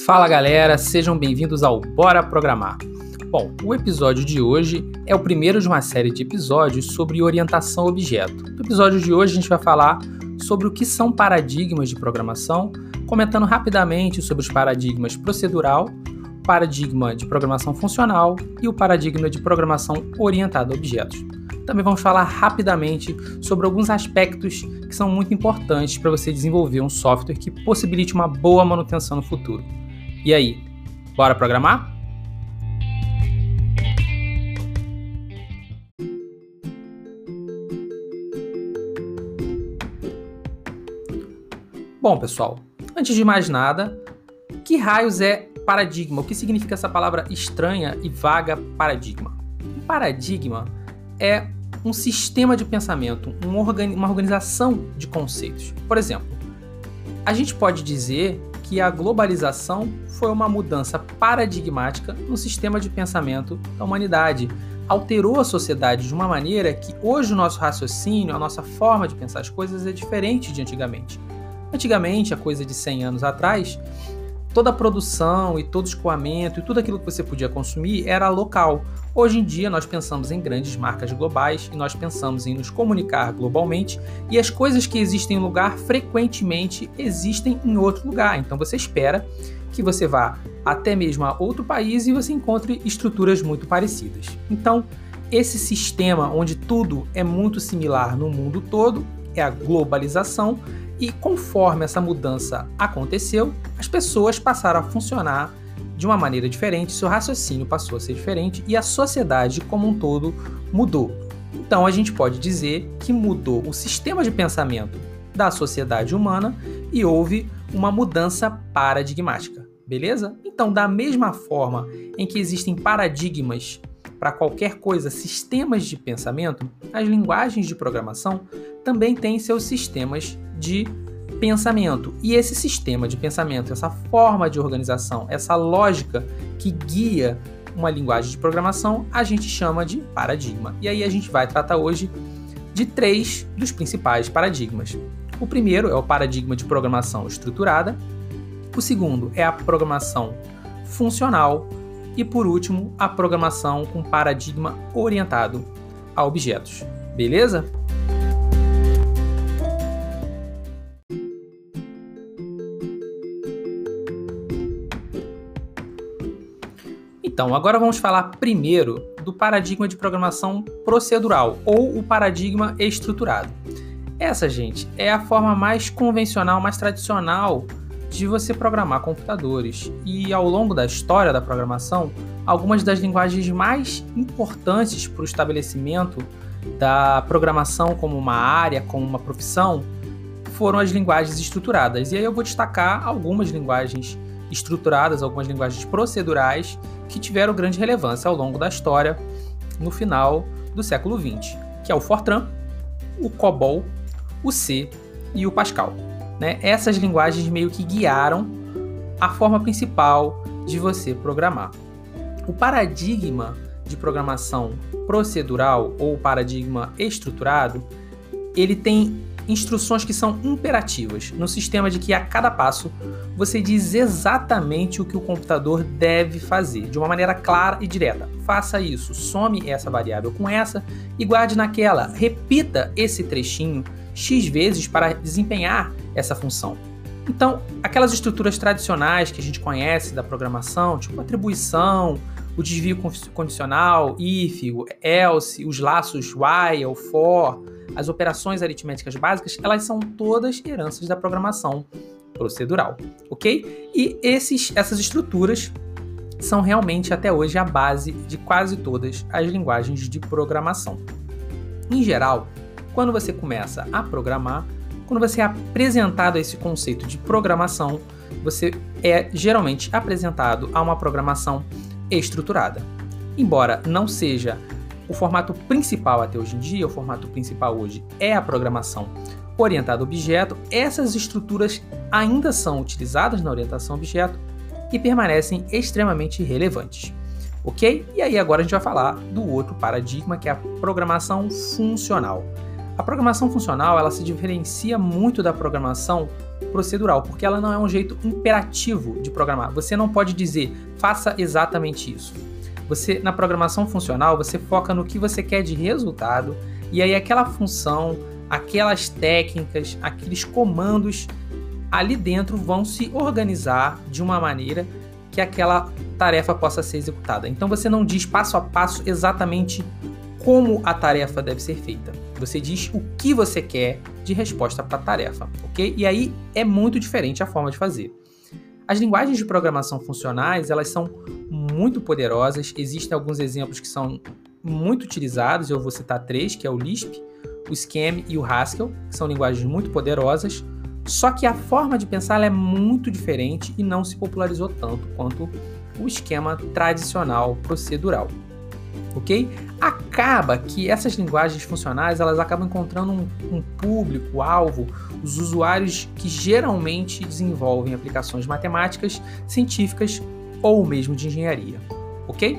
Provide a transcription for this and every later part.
Fala galera, sejam bem-vindos ao Bora Programar. Bom, o episódio de hoje é o primeiro de uma série de episódios sobre orientação a objeto. No episódio de hoje a gente vai falar sobre o que são paradigmas de programação, comentando rapidamente sobre os paradigmas procedural, paradigma de programação funcional e o paradigma de programação orientada a objetos. Também vamos falar rapidamente sobre alguns aspectos que são muito importantes para você desenvolver um software que possibilite uma boa manutenção no futuro. E aí, bora programar? Bom, pessoal, antes de mais nada, que raios é paradigma? O que significa essa palavra estranha e vaga paradigma? Um paradigma é um sistema de pensamento, uma organização de conceitos. Por exemplo, a gente pode dizer que a globalização foi uma mudança paradigmática no sistema de pensamento da humanidade. Alterou a sociedade de uma maneira que hoje o nosso raciocínio, a nossa forma de pensar as coisas é diferente de antigamente. Antigamente, há coisa de 100 anos atrás, toda a produção e todo o escoamento e tudo aquilo que você podia consumir era local. Hoje em dia nós pensamos em grandes marcas globais e nós pensamos em nos comunicar globalmente e as coisas que existem em um lugar frequentemente existem em outro lugar. Então você espera que você vá até mesmo a outro país e você encontre estruturas muito parecidas. Então esse sistema onde tudo é muito similar no mundo todo é a globalização. E conforme essa mudança aconteceu, as pessoas passaram a funcionar de uma maneira diferente, seu raciocínio passou a ser diferente e a sociedade como um todo mudou. Então a gente pode dizer que mudou o sistema de pensamento da sociedade humana e houve uma mudança paradigmática, beleza? Então, da mesma forma em que existem paradigmas para qualquer coisa, sistemas de pensamento, as linguagens de programação também têm seus sistemas de pensamento. E esse sistema de pensamento, essa forma de organização, essa lógica que guia uma linguagem de programação, a gente chama de paradigma. E aí a gente vai tratar hoje de 3 dos principais paradigmas. O primeiro é o paradigma de programação estruturada, o segundo é a programação funcional e, por último, a programação com paradigma orientado a objetos. Beleza? Então, agora vamos falar primeiro do paradigma de programação procedural ou o paradigma estruturado. Essa, gente, é a forma mais convencional, mais tradicional de você programar computadores. E ao longo da história da programação, algumas das linguagens mais importantes para o estabelecimento da programação como uma área, como uma profissão, foram as linguagens estruturadas. E aí eu vou destacar algumas linguagens estruturadas, algumas linguagens procedurais que tiveram grande relevância ao longo da história no final do século XX, que é o Fortran, o COBOL, o C e o Pascal. Essas linguagens meio que guiaram a forma principal de você programar. O paradigma de programação procedural ou paradigma estruturado, ele tem instruções que são imperativas, no sistema de que a cada passo você diz exatamente o que o computador deve fazer, de uma maneira clara e direta. Faça isso, some essa variável com essa e guarde naquela. Repita esse trechinho X vezes para desempenhar essa função. Então, aquelas estruturas tradicionais que a gente conhece da programação, tipo atribuição, o desvio condicional, if, else, os laços while, for, as operações aritméticas básicas, elas são todas heranças da programação procedural, ok? E essas estruturas são realmente até hoje a base de quase todas as linguagens de programação. Em geral, quando você começa a programar, quando você é apresentado a esse conceito de programação, você é geralmente apresentado a uma programação estruturada. Embora não seja o formato principal até hoje em dia, o formato principal hoje é a programação orientada a objeto, essas estruturas ainda são utilizadas na orientação a objeto e permanecem extremamente relevantes. Ok? E aí agora a gente vai falar do outro paradigma, que é a programação funcional. A programação funcional, ela se diferencia muito da programação procedural, porque ela não é um jeito imperativo de programar. Você não pode dizer, faça exatamente isso. Na programação funcional, você foca no que você quer de resultado, e aí aquela função, aquelas técnicas, aqueles comandos ali dentro vão se organizar de uma maneira que aquela tarefa possa ser executada. Então você não diz passo a passo exatamente como a tarefa deve ser feita. Você diz o que você quer de resposta para a tarefa, ok? E aí é muito diferente a forma de fazer. As linguagens de programação funcionais, elas são muito poderosas. Existem alguns exemplos que são muito utilizados, eu vou citar 3, que é o Lisp, o Scheme e o Haskell, que são linguagens muito poderosas, só que a forma de pensar ela é muito diferente e não se popularizou tanto quanto o esquema tradicional procedural, ok? Acaba que essas linguagens funcionais elas acabam encontrando um público-alvo, os usuários que geralmente desenvolvem aplicações matemáticas, científicas ou mesmo de engenharia, ok?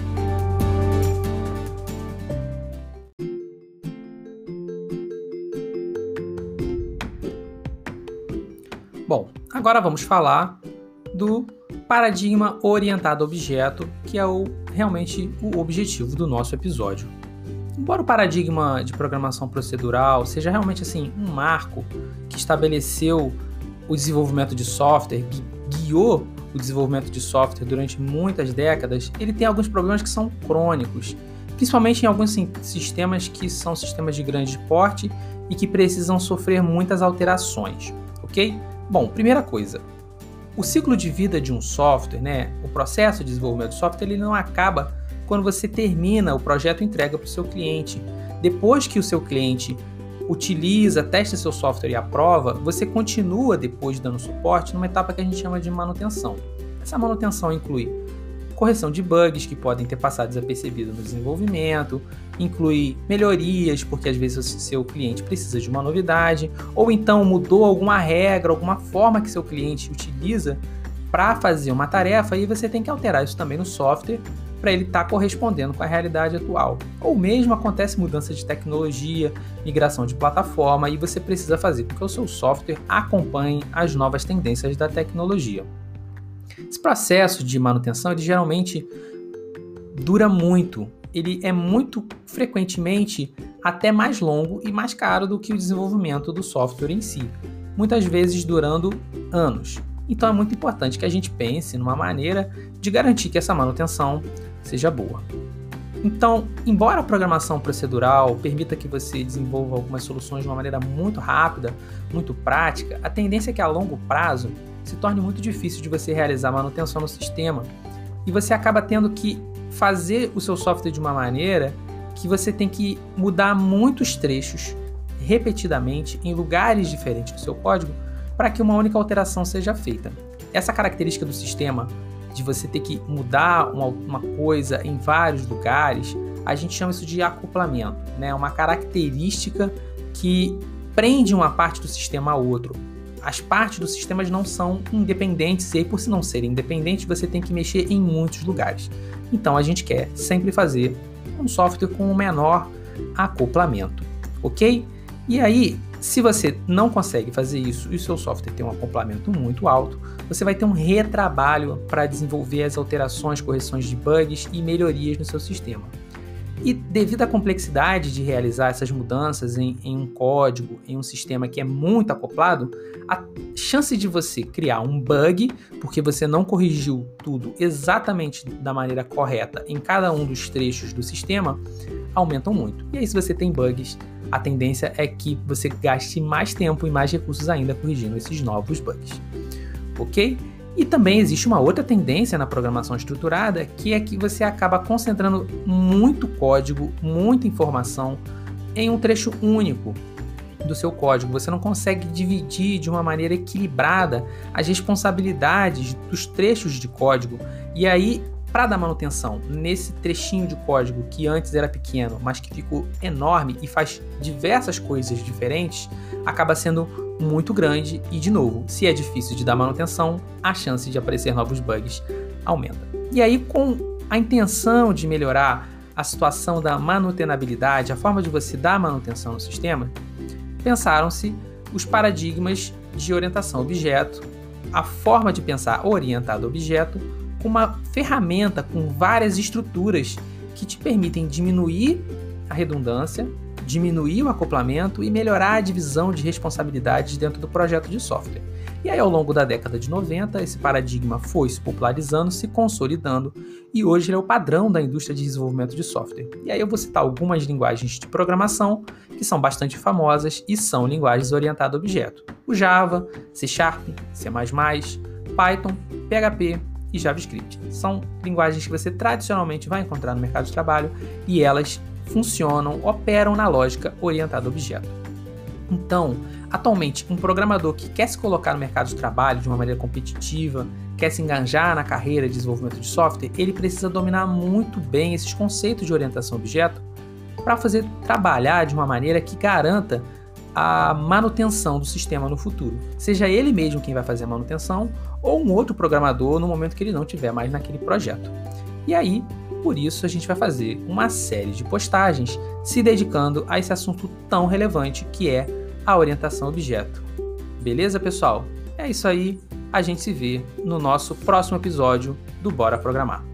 Bom, agora vamos falar do paradigma orientado a objeto, que é realmente o objetivo do nosso episódio. Embora o paradigma de programação procedural seja realmente assim um marco que estabeleceu o desenvolvimento de software, guiou o desenvolvimento de software durante muitas décadas, ele tem alguns problemas que são crônicos, principalmente em alguns sistemas que são sistemas de grande porte e que precisam sofrer muitas alterações, ok? Bom, primeira coisa, o ciclo de vida de um software, o processo de desenvolvimento de software, ele não acaba quando você termina o projeto e entrega para o seu cliente. Depois que o seu cliente utiliza, testa seu software e aprova, você continua depois dando suporte numa etapa que a gente chama de manutenção. Essa manutenção inclui correção de bugs que podem ter passado desapercebido no desenvolvimento, inclui melhorias, porque às vezes o seu cliente precisa de uma novidade, ou então mudou alguma regra, alguma forma que seu cliente utiliza para fazer uma tarefa e você tem que alterar isso também no software para ele estar correspondendo com a realidade atual. Ou mesmo acontece mudança de tecnologia, migração de plataforma e você precisa fazer com que o seu software acompanhe as novas tendências da tecnologia. Esse processo de manutenção, ele geralmente dura muito. Ele é muito frequentemente até mais longo e mais caro do que o desenvolvimento do software em si, muitas vezes durando anos. Então é muito importante que a gente pense numa maneira de garantir que essa manutenção seja boa. Então, embora a programação procedural permita que você desenvolva algumas soluções de uma maneira muito rápida, muito prática, a tendência é que a longo prazo se torne muito difícil de você realizar manutenção no sistema e você acaba tendo que fazer o seu software de uma maneira que você tem que mudar muitos trechos repetidamente em lugares diferentes do seu código para que uma única alteração seja feita. Essa característica do sistema de você ter que mudar uma coisa em vários lugares, a gente chama isso de acoplamento, uma característica que prende uma parte do sistema a outro. As partes dos sistemas não são independentes e, por não serem independentes, você tem que mexer em muitos lugares. Então, a gente quer sempre fazer um software com o menor acoplamento, ok? E aí, se você não consegue fazer isso e o seu software tem um acoplamento muito alto, você vai ter um retrabalho para desenvolver as alterações, correções de bugs e melhorias no seu sistema. E devido à complexidade de realizar essas mudanças em um código, em um sistema que é muito acoplado, a chance de você criar um bug, porque você não corrigiu tudo exatamente da maneira correta em cada um dos trechos do sistema, aumentam muito. E aí, se você tem bugs, a tendência é que você gaste mais tempo e mais recursos ainda corrigindo esses novos bugs. Ok? E também existe uma outra tendência na programação estruturada, que é que você acaba concentrando muito código, muita informação em um trecho único do seu código. Você não consegue dividir de uma maneira equilibrada as responsabilidades dos trechos de código. E aí, para dar manutenção nesse trechinho de código que antes era pequeno, mas que ficou enorme e faz diversas coisas diferentes, acaba sendo muito grande e, de novo, se é difícil de dar manutenção, a chance de aparecer novos bugs aumenta. E aí, com a intenção de melhorar a situação da manutenabilidade, a forma de você dar manutenção no sistema, pensaram-se os paradigmas de orientação a objeto, a forma de pensar orientada a objeto, com uma ferramenta com várias estruturas que te permitem diminuir a redundância, diminuir o acoplamento e melhorar a divisão de responsabilidades dentro do projeto de software. E aí, ao longo da década de 90, esse paradigma foi se popularizando, se consolidando, e hoje ele é o padrão da indústria de desenvolvimento de software. E aí eu vou citar algumas linguagens de programação que são bastante famosas e são linguagens orientadas a objeto. O Java, C#, C++, Python, PHP e JavaScript. São linguagens que você tradicionalmente vai encontrar no mercado de trabalho e elas funcionam, operam na lógica orientada a objeto. Então, atualmente, um programador que quer se colocar no mercado de trabalho de uma maneira competitiva, quer se engajar na carreira de desenvolvimento de software, ele precisa dominar muito bem esses conceitos de orientação a objeto para fazer trabalhar de uma maneira que garanta a manutenção do sistema no futuro. Seja ele mesmo quem vai fazer a manutenção ou um outro programador no momento que ele não estiver mais naquele projeto. E aí, por isso, a gente vai fazer uma série de postagens se dedicando a esse assunto tão relevante que é a orientação a objeto. Beleza, pessoal? É isso aí. A gente se vê no nosso próximo episódio do Bora Programar.